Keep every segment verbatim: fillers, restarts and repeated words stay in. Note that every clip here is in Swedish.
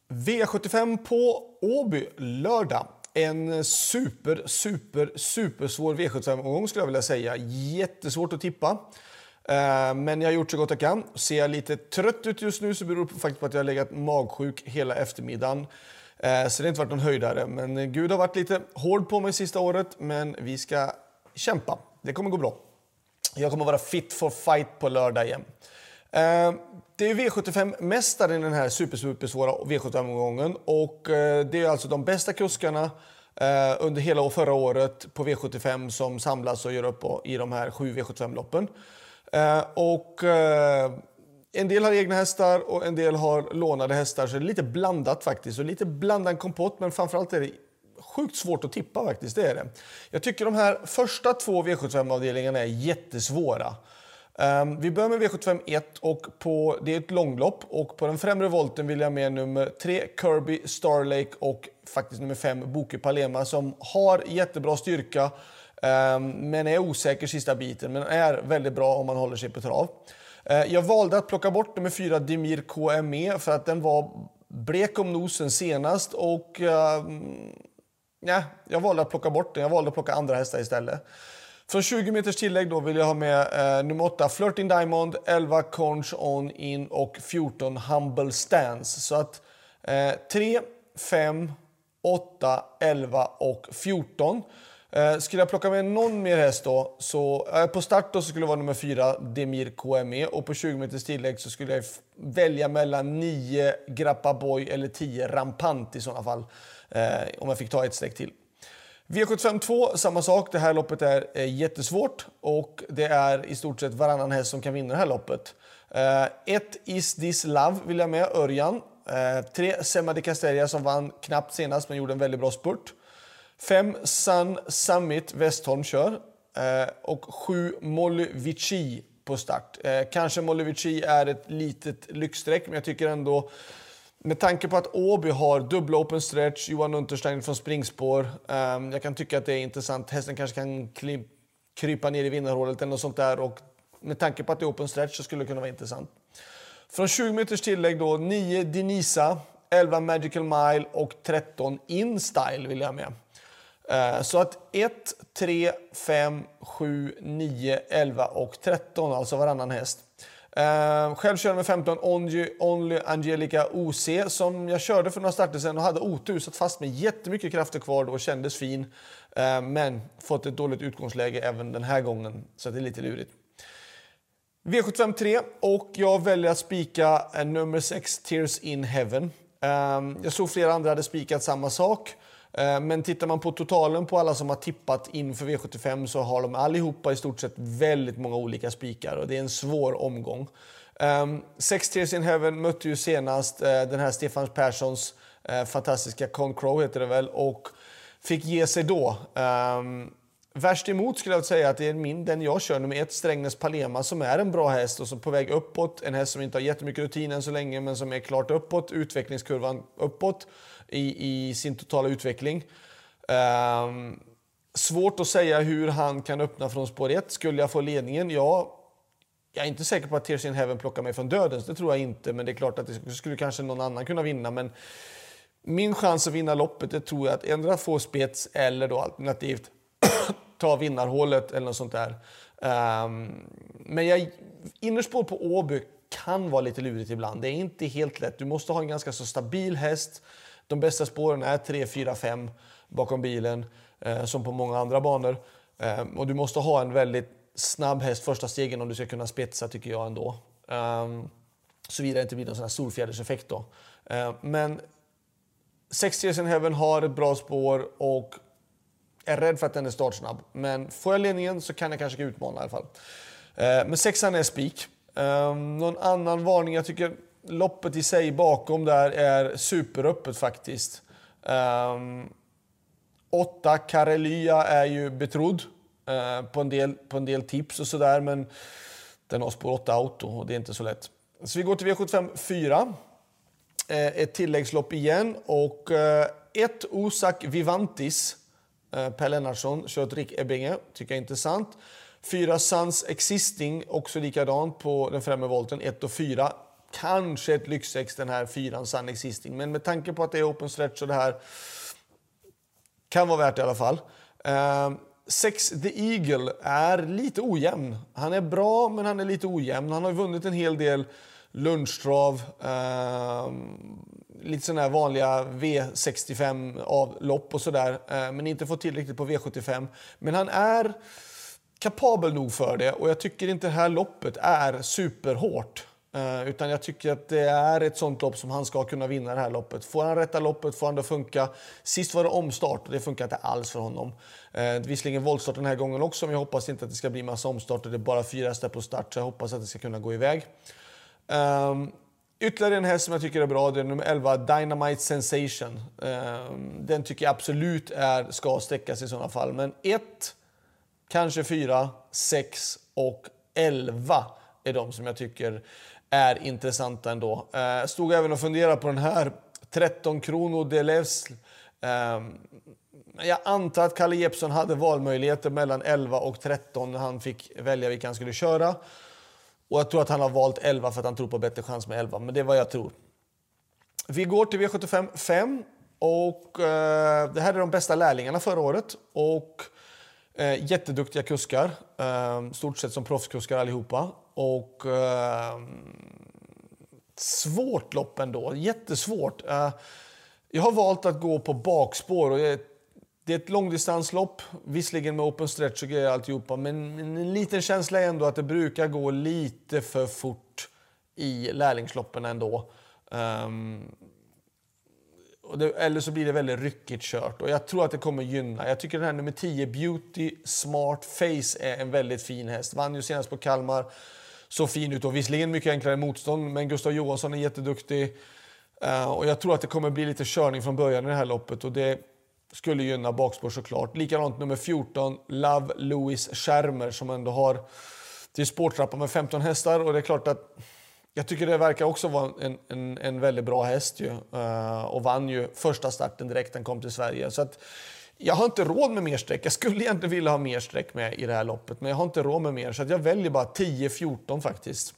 V sjuttiofem på Åby lördag. En super, super, super svår V sjuttiofem-omgång skulle jag vilja säga. Jättesvårt att tippa. Men jag har gjort så gott jag kan. Ser jag lite trött ut just nu så beror det faktiskt på att jag har legat magsjuk hela eftermiddagen. Så det har inte varit någon höjdare. Men Gud har varit lite hård på mig sista året. Men vi ska kämpa. Det kommer gå bra. Jag kommer vara fit for fight på lördag igen. Det är V sjuttiofem-mästaren i den här super, super svåra V sjuttiofem-omgången. Och det är alltså de bästa kuskarna under hela förra året på V sjuttiofem som samlas och gör upp i de här sju V sjuttiofem-loppen. Och en del har egna hästar och en del har lånade hästar, så det är lite blandat faktiskt. Och lite blandad kompott, men framförallt är det sjukt svårt att tippa faktiskt, det är det. Jag tycker de här första två V sjuttiofem-avdelningarna är jättesvåra. Um, vi börjar med V sjuttiofem ett och på, det är ett långlopp, och på den främre volten vill jag med nummer tre Kirby Starlake och faktiskt nummer fem Boke Palema som har jättebra styrka um, men är osäker sista biten, men är väldigt bra om man håller sig på trav. Uh, jag valde att plocka bort nummer fyra Demir K M E för att den var blek om nosen senast och uh, ja, jag valde att plocka bort den. Jag valde att plocka andra hästar istället. Från tjugo meters tillägg då vill jag ha med eh, nummer åtta Flirting Diamond, elva Conch On In och fjorton Humble Stance. Så att eh, tre, fem, åtta, elva och fjorton. Eh, skulle jag plocka med någon mer häst då, så eh, på start då så skulle det vara nummer fyra Demir K M E, och på tjugo meters tillägg så skulle jag f- välja mellan nio Grappa Boy eller tio Rampant i sådana fall, eh, om jag fick ta ett streck till. V sjuttiofem två, samma sak. Det här loppet är eh, jättesvårt och det är i stort sett varannan häst som kan vinna det här loppet. ett eh, Is This Love vill jag med, Örjan. Eh, tre Semma de Castelia som vann knappt senast men gjorde en väldigt bra spurt. fem Sun Summit, Westholm kör. Eh, och sju Molly Vici på start. Eh, kanske Molly Vici är ett litet lyxsträck, men jag tycker ändå, med tanke på att Åby har dubbla open stretch, Johan Unterstein från springspår. Um, jag kan tycka att det är intressant. Hästen kanske kan kli- krypa ner i vinnarhålet eller något sånt där. Och med tanke på att det är open stretch så skulle det kunna vara intressant. Från tjugo meters tillägg då, nio Denisa, elva Magical Mile och tretton In Style vill jag med. Uh, så att ett, tre, fem, sju, nio, elva och tretton, alltså varannan häst. Uh, själv körde med femton Only, Only Angelica O C som jag körde för några starter sedan och hade otur, satt fast med jättemycket krafter kvar då och kändes fin, uh, men fått ett dåligt utgångsläge även den här gången, så det är lite lurigt. V sjuttiofem tre, och jag väljer att spika uh, nummer sex Tears in Heaven. Uh, jag såg flera andra hade spikat samma sak. Men tittar man på totalen på alla som har tippat inför V sjuttiofem så har de allihopa i stort sett väldigt många olika spikar och det är en svår omgång. Um, Sex Tears in Heaven mötte ju senast uh, den här Stefan Perssons uh, fantastiska Con Crow heter det väl, och fick ge sig då. Um, värst emot skulle jag säga att det är min, den jag kör nummer ett Strängnäs Palema som är en bra häst och som är på väg uppåt. En häst som inte har jättemycket rutin än så länge men som är klart uppåt, utvecklingskurvan uppåt i, i sin totala utveckling. Um, svårt att säga hur han kan öppna från spår ett. Skulle jag få ledningen? Ja, jag är inte säker på att Tears in Heaven plockar mig från döden, det tror jag inte, men det är klart att det skulle kanske någon annan kunna vinna, men min chans att vinna loppet, det tror jag att ändra få spets eller då alternativt ta vinnarhålet eller något sånt där. Um, men jag innerspår på Åby kan vara lite lurigt ibland. Det är inte helt lätt. Du måste ha en ganska så stabil häst. De bästa spåren är tre, fyra, fem bakom bilen, eh, som på många andra banor. Eh, och du måste ha en väldigt snabb häst första stegen om du ska kunna spetsa, tycker jag ändå. Um, Såvida det inte blir någon sån här solfjäderseffekt då. Uh, men Sex Tears in Heaven har ett bra spår och är rädd för att den är startsnabb. Men får jag ledningen så kan jag kanske utmana i alla fall. Uh, men sexan är spik. Um, någon annan varning, jag tycker loppet i sig bakom där är superöppet faktiskt. Um, åtta Karelya är ju betrodd uh, på, en del, på en del tips och sådär, men den har spår åtta auto och det är inte så lätt. Så vi går till V sjuttiofem fyra. Uh, ett tilläggslopp igen och uh, ett Osak Vivantis. Uh, Per Lennartsson kört Rick Ebbinge, tycker jag är intressant. Fyra Suns Existing, också likadant på den främre volten, ett och fyra. kanske ett lyxex den här fyran Sun Existing. Men med tanke på att det är open stretch och det här kan vara värt i alla fall. Uh, sex The Eagle är lite ojämn. Han är bra, men han är lite ojämn. Han har vunnit en hel del lunchtrav. Uh, lite sådana här vanliga V sextiofem avlopp och sådär. Uh, men inte fått tillräckligt på V sjuttiofem. Men han är kapabel nog för det. Och jag tycker inte det här loppet är superhårt. Uh, utan jag tycker att det är ett sånt lopp som han ska kunna vinna det här loppet. Får han rätta loppet får han det funka. Sist var det omstart och det funkar inte alls för honom. Uh, visserligen voltstart den här gången också, men jag hoppas inte att det ska bli massa omstart och det är bara fyra hästar på start, så jag hoppas att det ska kunna gå iväg. Um, ytterligare en häst som jag tycker är bra, det är nummer elva, Dynamite Sensation. Um, den tycker jag absolut är, ska sträckas i sådana fall. Men ett, kanske fyra, sex och elva är de som jag tycker är intressanta ändå. Uh, stod även och funderade på den här tretton Krono Deleuze. Um, jag antar att Kalle Jeppsson hade valmöjligheter mellan elva och tretton när han fick välja vilka han skulle köra. Och jag tror att han har valt elva för att han tror på bättre chans med elva. Men det är vad jag tror. Vi går till V sjuttiofem fem. Och eh, det här är de bästa lärlingarna förra året. Och eh, jätteduktiga kuskar. Eh, stort sett som proffskuskar allihopa. Och eh, svårt lopp ändå. Jättesvårt. Eh, jag har valt att gå på bakspår. Och det, det är ett långdistanslopp. Visserligen med open stretch och grejer alltihopa. Men en liten känsla är ändå att det brukar gå lite för fort i lärlingsloppen ändå. Um, och det, eller så blir det väldigt ryckigt kört. Och jag tror att det kommer gynna. Jag tycker den här nummer tio, Beauty Smart Face, är en väldigt fin häst. Vann ju senast på Kalmar. Så fin ut och visserligen mycket enklare motstånd. Men Gustav Johansson är jätteduktig. Uh, och jag tror att det kommer bli lite körning från början i det här loppet. Och det skulle gynna bakspår såklart. Likadant nummer fjorton, Love Louis Schermer, som ändå har till sporttrappa med femton hästar. Och det är klart att jag tycker det verkar också vara en, en, en väldigt bra häst ju. Uh, och vann ju första starten direkt den kom till Sverige. Så att jag har inte råd med mer streck. Jag skulle egentligen vilja ha mer streck med i det här loppet. Men jag har inte råd med mer. Så att jag väljer bara tio fjorton faktiskt.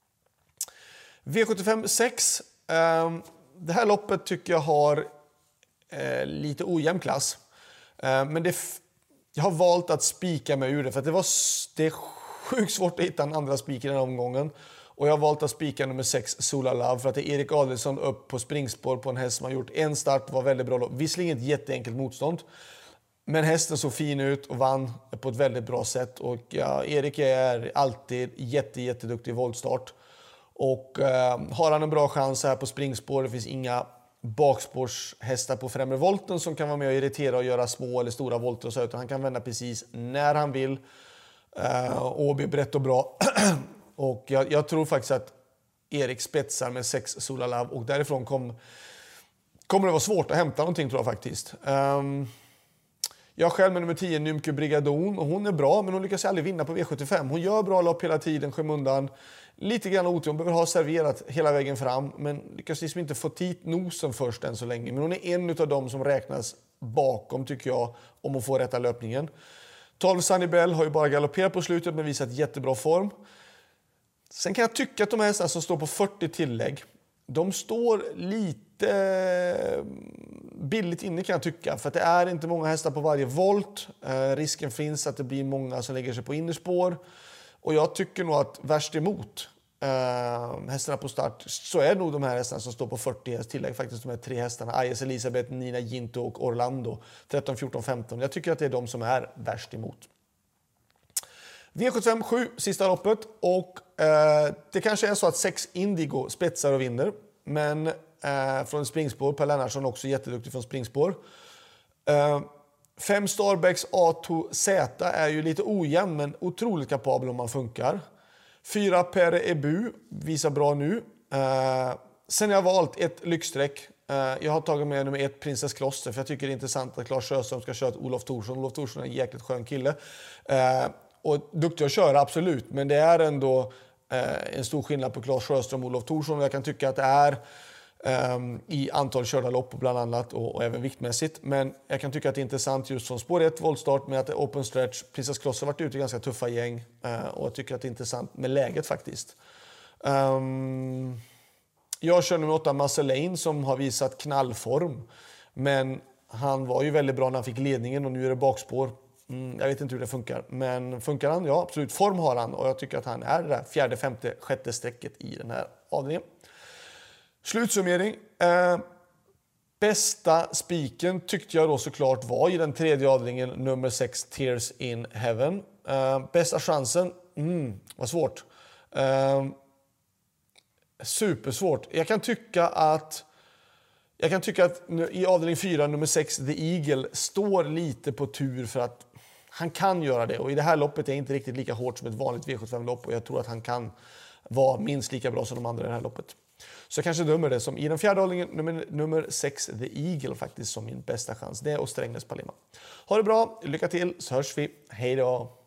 V sjuttiofem sex. Uh, det här loppet tycker jag har eh, lite ojämn klass. Uh, men det f- jag har valt att spika mig ur det. För att det, var, det är sjukt svårt att hitta en andra spik i den här omgången. Och jag har valt att spika nummer sex, Sola Love, för att det är Erik Adelsson upp på springspår på en häst som har gjort en start, var väldigt bra. Visserligen ett jätteenkelt motstånd, men hästen såg fin ut och vann på ett väldigt bra sätt. Och ja, Erik är alltid jätte, jätteduktig i voltstart. Och eh, har han en bra chans här på springspår, det finns inga bakspårshästar på främre volten som kan vara med och irritera och göra små eller stora volter och så, utan han kan vända precis när han vill. Eh, Åby är brett och bra. Och jag, jag tror faktiskt att Erik spetsar med sex Sola Love. Och därifrån kom, kommer det vara svårt att hämta någonting, tror jag faktiskt. Um, jag själv med nummer tio, Nymke Brigadon. Och hon är bra, men hon lyckas aldrig vinna på V sjuttiofem. Hon gör bra lopp hela tiden, skymundan. Lite grann otur. Hon behöver ha serverat hela vägen fram. Men lyckas liksom inte få dit nosen först än så länge. Men hon är en av dem som räknas bakom, tycker jag, om hon får rätta löpningen. tolv Sunny Bell har ju bara galopperat på slutet, men visat jättebra form. Sen kan jag tycka att de hästarna som står på fyrtio tillägg, de står lite billigt inne, kan jag tycka. För att det är inte många hästar på varje volt. Eh, risken finns att det blir många som lägger sig på innerspår. Och jag tycker nog att värst emot eh, hästarna på start, så är nog de här hästarna som står på fyrtio häst tillägg faktiskt de här tre hästarna. I S Elisabeth, Nina Ginto och Orlando. tretton, fjorton, femton. Jag tycker att det är de som är värst emot. V sjuttiofem sju, sista loppet, och eh, det kanske är så att sex Indigo spetsar och vinner, men eh, från springspår, Per Lennartsson också jätteduktig från springspår. Eh, fem Starbacks A två Z är ju lite ojämn, men otroligt kapabel om man funkar. fyra Pere Ebu visar bra nu. Eh, sen har jag valt ett lyxsträck. Eh, jag har tagit med nummer ett, Princess Kloster, för jag tycker det är intressant att Claes Sjöström ska köra ett Olof Thorsson. Olof Thorsson är en jäkligt skön kille. Eh, Och duktig att köra, absolut. Men det är ändå eh, en stor skillnad på Claes Sjöström och Olof Thorsson. Jag kan tycka att det är eh, i antal körda lopp bland annat och, och även viktmässigt. Men jag kan tycka att det är intressant just från spår ett, voltstart, med att det är open stretch. Princess Kloss har varit ute i ganska tuffa gäng. Eh, och jag tycker att det är intressant med läget faktiskt. Um, Jag kör nummer åtta Marceline som har visat knallform. Men han var ju väldigt bra när han fick ledningen och nu är det bakspår. Mm, jag vet inte hur det funkar. Men funkar han? Ja, absolut. Form har han och jag tycker att han är det där fjärde, femte, sjätte strecket i den här avdelningen. Slutsummering. Eh, bästa spiken tyckte jag då såklart var i den tredje avdelningen nummer sex Tears in Heaven. Eh, bästa chansen? Mm, vad svårt. Eh, supersvårt. Jag kan tycka att jag kan tycka att i avdelning fyra nummer sex The Eagle står lite på tur för att han kan göra det. Och i det här loppet är det inte riktigt lika hårt som ett vanligt V sjuttiofem-lopp och jag tror att han kan vara minst lika bra som de andra i det här loppet. Så jag kanske dömer det som i den fjärde avdelningen nummer, nummer sex The Eagle faktiskt som min bästa chans. Det är och Strängnäs Palema. Ha det bra, lycka till så hörs vi. Hej då!